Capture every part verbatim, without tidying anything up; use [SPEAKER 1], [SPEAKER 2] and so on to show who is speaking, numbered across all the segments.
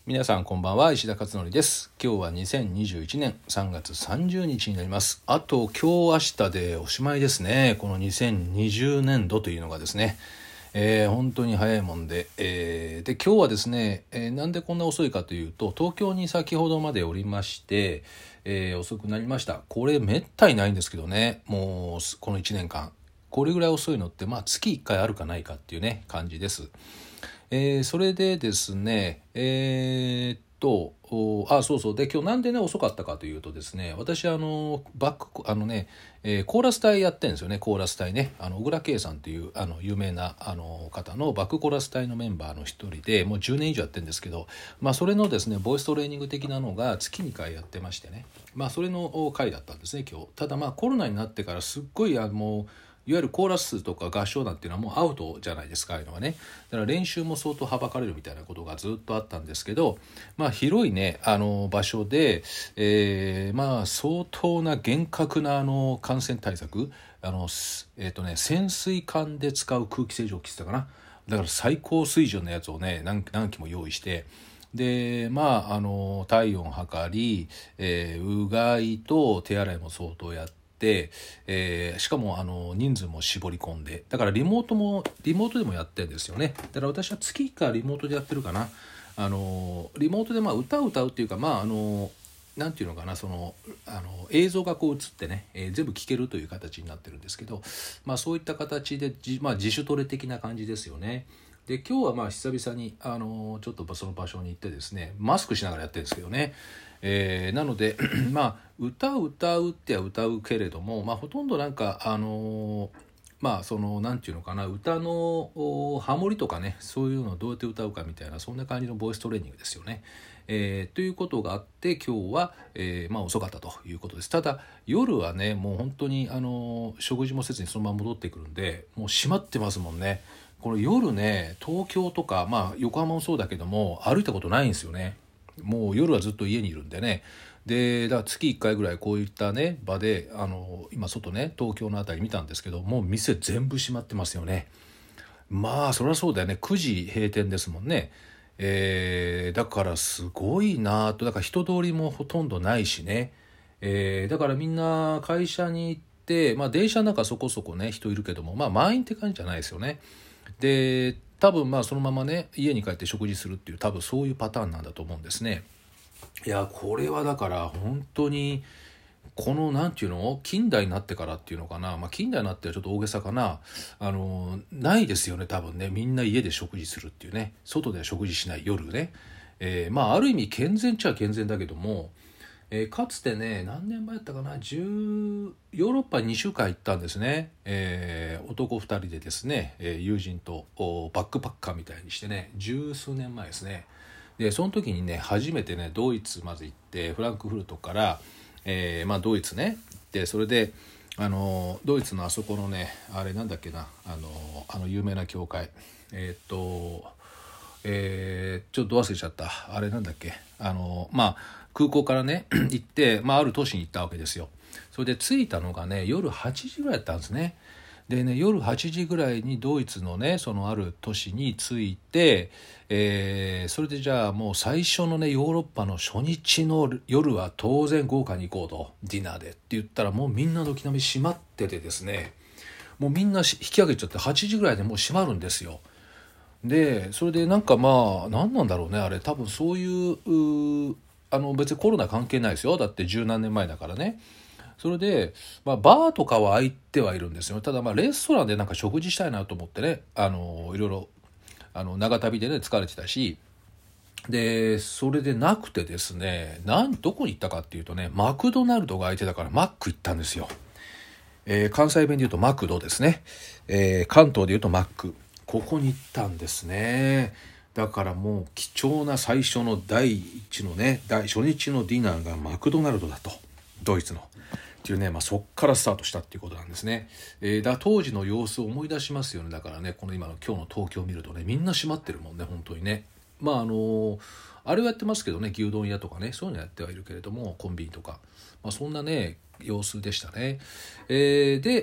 [SPEAKER 1] 皆さんこんばんは、石田勝則です。今日はにせんにじゅういちねんさんがつさんじゅうにちになります。あと今日明日でおしまいですね。このにせんにじゅうねんどというのがですね、えー、本当に早いもんで、えー、で今日はですね、えー、なんでこんな遅いかというと、東京に先ほどまでおりまして、えー、遅くなりました。これめったにないんですけどね、もうこのいちねんかんこれぐらい遅いのって、まあ月いっかいあるかないかっていうね感じです。えー、それでですね、えー、っとあそうそうで今日なんでね遅かったかというとですね、私あのバックあのね、えー、コーラス隊やってるんですよね。コーラス隊ね、あの小倉圭さんっていうあの有名なあの方のバックコーラス隊のメンバーの一人で、もうじゅうねん以上やってるんですけど、まあそれのですねボイストレーニング的なのが月にかいやってましてね、まあそれの回だったんですね今日。ただまあコロナになってからすっごいあのいわゆるコーラスとか合唱団っていうのはもうアウトじゃないですか、ああいうのはね。だから練習も相当はばかれるみたいなことがずっとあったんですけど、まあ広いねあの場所で、えー、まあ相当な厳格なあの感染対策、あのえっ、ー、とね潜水艦で使う空気清浄機って言ったかな。だから最高水準のやつをね何何機も用意して。でまあ、あの体温測り、えー、うがいと手洗いも相当やってで、えー、しかもあの人数も絞り込んで、だからリモートもリモートでもやってるんですよね。だから私は月いっかいリモートでやってるかな。あのリモートでまあ歌を歌うっていうか、まああのなんていうのかな、そのあの映像がこう映ってね、えー、全部聞けるという形になってるんですけど、まあそういった形でじ、まあ、自主トレ的な感じですよね。で今日はまあ久々にあのちょっとその場所に行ってですね、マスクしながらやってるんですけどね、えー、なのでまあ歌う歌うっては歌うけれども、まあほとんどなんかあのまあそのなんていうのかな、歌のハモリとかね、そういうのをどうやって歌うかみたいな、そんな感じのボイストレーニングですよね。えー、ということがあって今日は、えー、まあ遅かったということです。ただ夜はねもう本当にあの食事もせずにそのまま戻ってくるんで、もう閉まってますもんね。これ夜ね東京とか、まあ横浜もそうだけども歩いたことないんですよね。もう夜はずっと家にいるんでね。でだから月いっかいぐらいこういったね場であの今外ね東京のあたり見たんですけど、もう店全部閉まってますよね。まあそりゃそうだよね、くじ閉店ですもんね。えー、だからすごいなと。だから人通りもほとんどないしね、えー、だからみんな会社に行って、まあ電車の中そこそこね人いるけども、まあ満員って感じじゃないですよね。で多分まあそのままね家に帰って食事するっていう、多分そういうパターンなんだと思うんですね。いやこれはだから本当にこのなんていうの近代になってからっていうのかな、まあ近代になってはちょっと大げさかな、あのないですよね多分ね。みんな家で食事するっていうね、外では食事しない夜ね、えー、まあある意味健全っちゃ健全だけども、えー、かつてね何年前やったかな、じゅうヨーロッパにしゅうかん行ったんですね、えー、男ふたりでですね、えー、友人とバックパッカーみたいにしてね、十数年前ですね。でその時にね初めてねドイツまず行って、フランクフルトから、えーまあ、ドイツね行って、それであのドイツのあそこのねあれなんだっけな、あのあの有名な教会、えー、っとえー、ちょっと忘れちゃった、あれなんだっけ、あのまあ空港からね行って、まあ、ある都市に行ったわけですよ。それで着いたのがね夜はちじぐらいだったんですね。でね夜はちじぐらいにドイツのねそのある都市に着いて、えー、それでじゃあもう最初のねヨーロッパの初日の夜は当然豪華に行こうと、ディナーでって言ったら、もうみんな軒並み閉まっててですね、もうみんな引き上げちゃってはちじぐらいでもう閉まるんですよ。でそれでなんかまあ何なんだろうねあれ、多分そういうあの別にコロナ関係ないですよ、だって十何年前だからね。それで、まあ、バーとかは開いてはいるんですよ。ただまあレストランでなんか食事したいなと思ってね、あのいろいろあの長旅でね疲れてたし、でそれでなくてですね、なんどこに行ったかっていうとね、マクドナルドが開いてたからマック行ったんですよ。えー、関西弁で言うとマクドですね、えー、関東で言うとマック、ここに行ったんですね。だからもう貴重な最初の第一のね第初日のディナーがマクドナルドだと、ドイツのっていうね、まあ、そっからスタートしたっていうことなんですね。えー、だ当時の様子を思い出しますよね。だからねこの今の今日の東京を見るとね、みんな閉まってるもんね本当にね。まああのあれはやってますけどね、牛丼屋とかねそういうのやってはいるけれども、コンビニとか、まあ、そんなね様子でしたね。えー、で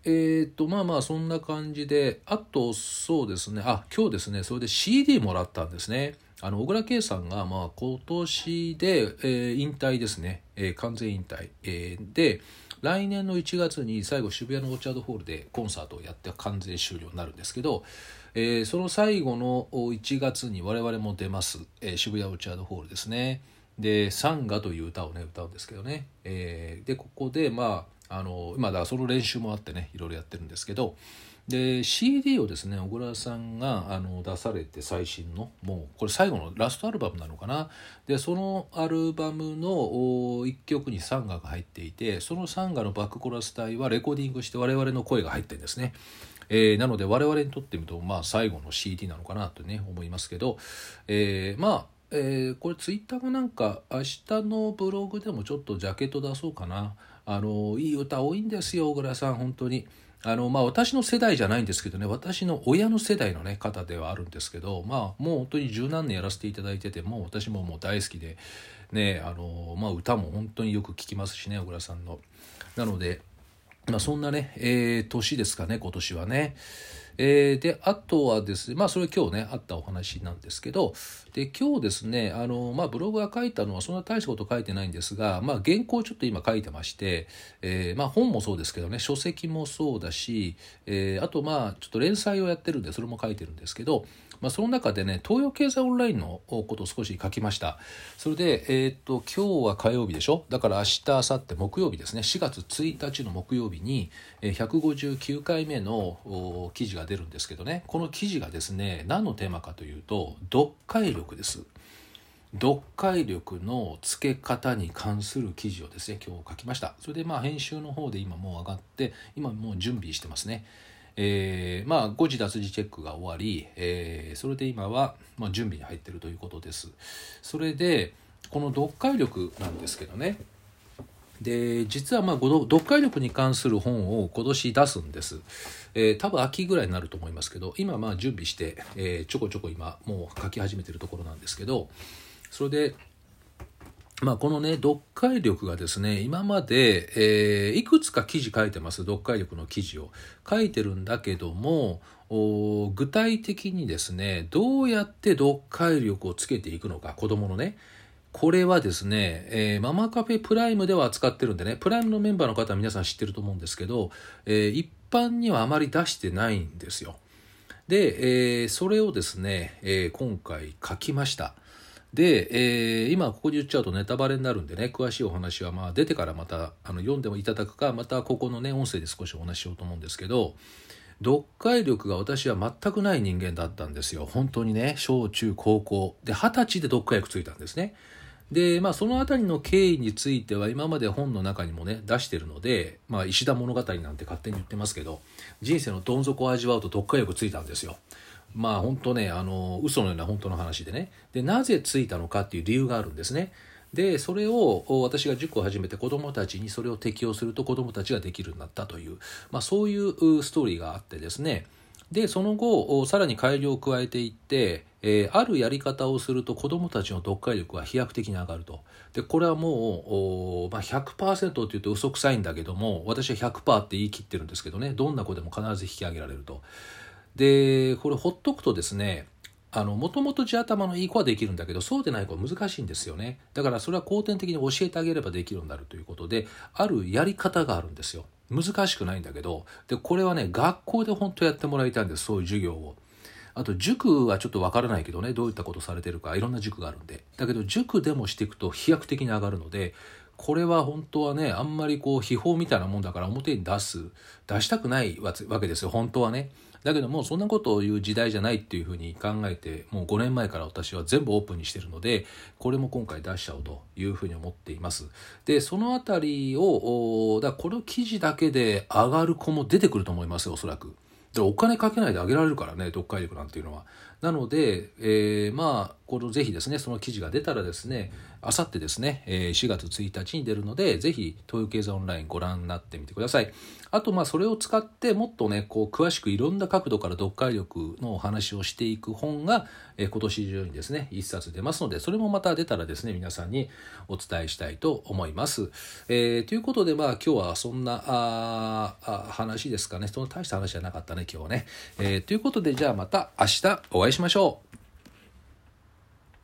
[SPEAKER 1] えーとまあまあそんな感じで、あとそうですね、あ今日ですね、それで シーディー もらったんですね。あの小倉圭さんがまあ今年で、えー引退ですね、えー完全引退、えーで来年のいちがつに最後渋谷のオーチャードホールでコンサートをやって完全終了になるんですけど、えーその最後のいちがつに我々も出ます、えー渋谷オーチャードホールですね。でサンガという歌をね歌うんですけどね、えーでここでまああの今だからその練習もあってねいろいろやってるんですけど、で シーディー をですね小倉さんがあの出されて、最新のもうこれ最後のラストアルバムなのかな。でそのアルバムのいっきょくにサンガが入っていて、そのサンガのバックコラス隊はレコーディングして我々の声が入ってるんですね。えーなので我々にとってみるとまあ最後の シーディー なのかなとね思いますけど、えーまあえーこれツイッターがなんか明日のブログでもちょっとジャケット出そうかな。あのいい歌多いんですよ小倉さん本当に。あのまあ私の世代じゃないんですけどね、私の親の世代のね方ではあるんですけど、まあもう本当に十何年やらせていただいてて、もう私ももう大好きでね、あのまあ歌も本当によく聞きますしね小倉さんの。なのでまあそんなね、えー年ですかね今年はね。えーであとはですね、まあそれ今日ねあったお話なんですけど、で今日ですねあの、まあ、ブログが書いたのはそんな大したこと書いてないんですが、まあ、原稿をちょっと今書いてまして、えーまあ、本もそうですけどね書籍もそうだし、えーあとまあちょっと連載をやってるんでそれも書いてるんですけど、まあ、その中でね東洋経済オンラインのことを少し書きました。それで、えー、っと今日は火曜日でしょ、だから明日明後日木曜日ですね、しがつついたちの木曜日にえーひゃくごじゅうきゅうかいめのお記事が出るんですけどね、この記事がですね何のテーマかというと読解力です。読解力のつけ方に関する記事をですね今日書きました。それでまあ編集の方で今もう上がって今もう準備してますね。えー、まあ誤字脱字チェックが終わり、えーそれで今はまあ準備に入っているということです。それでこの読解力なんですけどね、で実はまあごど読解力に関する本を今年出すんです。えー多分秋ぐらいになると思いますけど、今まあ準備して、えーちょこちょこ今もう書き始めてるところなんですけど、それでまあこのね読解力がですね今まで、えーいくつか記事書いてます。読解力の記事を書いてるんだけども、お具体的にですねどうやって読解力をつけていくのか、子どものね、これはですね、えーママカフェプライムでは扱ってるんでね、プライムのメンバーの方は皆さん知ってると思うんですけど、えー一般にはあまり出してないんですよ。で、えーそれをですね、えー今回書きました。で、えー今ここで言っちゃうとネタバレになるんでね、詳しいお話はまあ出てからまたあの読んでもいただくか、またここのね音声で少しお話ししようと思うんですけど、読解力が私は全くない人間だったんですよ。本当にね、小中高校ではたちで読解力ついたんですね。でまあそのあたりの経緯については今まで本の中にもね出してるので、まあ、石田物語なんて勝手に言ってますけど、人生のどん底を味わうと読解力ついたんですよ。まあ本当ね、あの嘘のような本当の話でね。でなぜついたのかっていう理由があるんですね。でそれを私が塾を始めて子どもたちにそれを適用すると子どもたちができるようになったという、まあ、そういうストーリーがあってですね、でその後さらに改良を加えていって、えーあるやり方をすると子どもたちの読解力が飛躍的に上がると。でこれはもう、おまあ、ひゃくパーセント って言うと嘘くさいんだけども、私は ひゃくパーセント って言い切ってるんですけどね、どんな子でも必ず引き上げられると。でこれほっとくとですね、あのもともと地頭のいい子はできるんだけどそうでない子は難しいんですよね。だからそれは後天的に教えてあげればできるようになるということで、あるやり方があるんですよ。難しくないんだけど、でこれはね学校で本当やってもらいたいんです、そういう授業を。あと塾はちょっとわからないけどね、どういったことされてるかいろんな塾があるんで、だけど塾でもしていくと飛躍的に上がるので、これは本当はねあんまりこう秘宝みたいなもんだから表に出す出したくないわけですよ本当はね。だけどもうそんなことを言う時代じゃないっていうふうに考えて、もうごねんまえから私は全部オープンにしてるので、これも今回出しちゃおうというふうに思っています。でそのあたりをだからこの記事だけで上がる子も出てくると思いますよおそらく。でお金かけないで上げられるからね、読解力なんていうのは。なので、えー、まあこのぜひですねその記事が出たらですね、 あさってですね、えー、しがつついたちに出るので、ぜひ東洋経済オンラインご覧になってみてください。あとまあそれを使ってもっとねこう詳しくいろんな角度から読解力のお話をしていく本が、えー、今年中にですね一冊出ますので、それもまた出たらですね皆さんにお伝えしたいと思います。えー、ということでまあ今日はそんなああ話ですかね。その大した話じゃなかったね今日はね。えー、ということでじゃあまた明日お会いしましょう。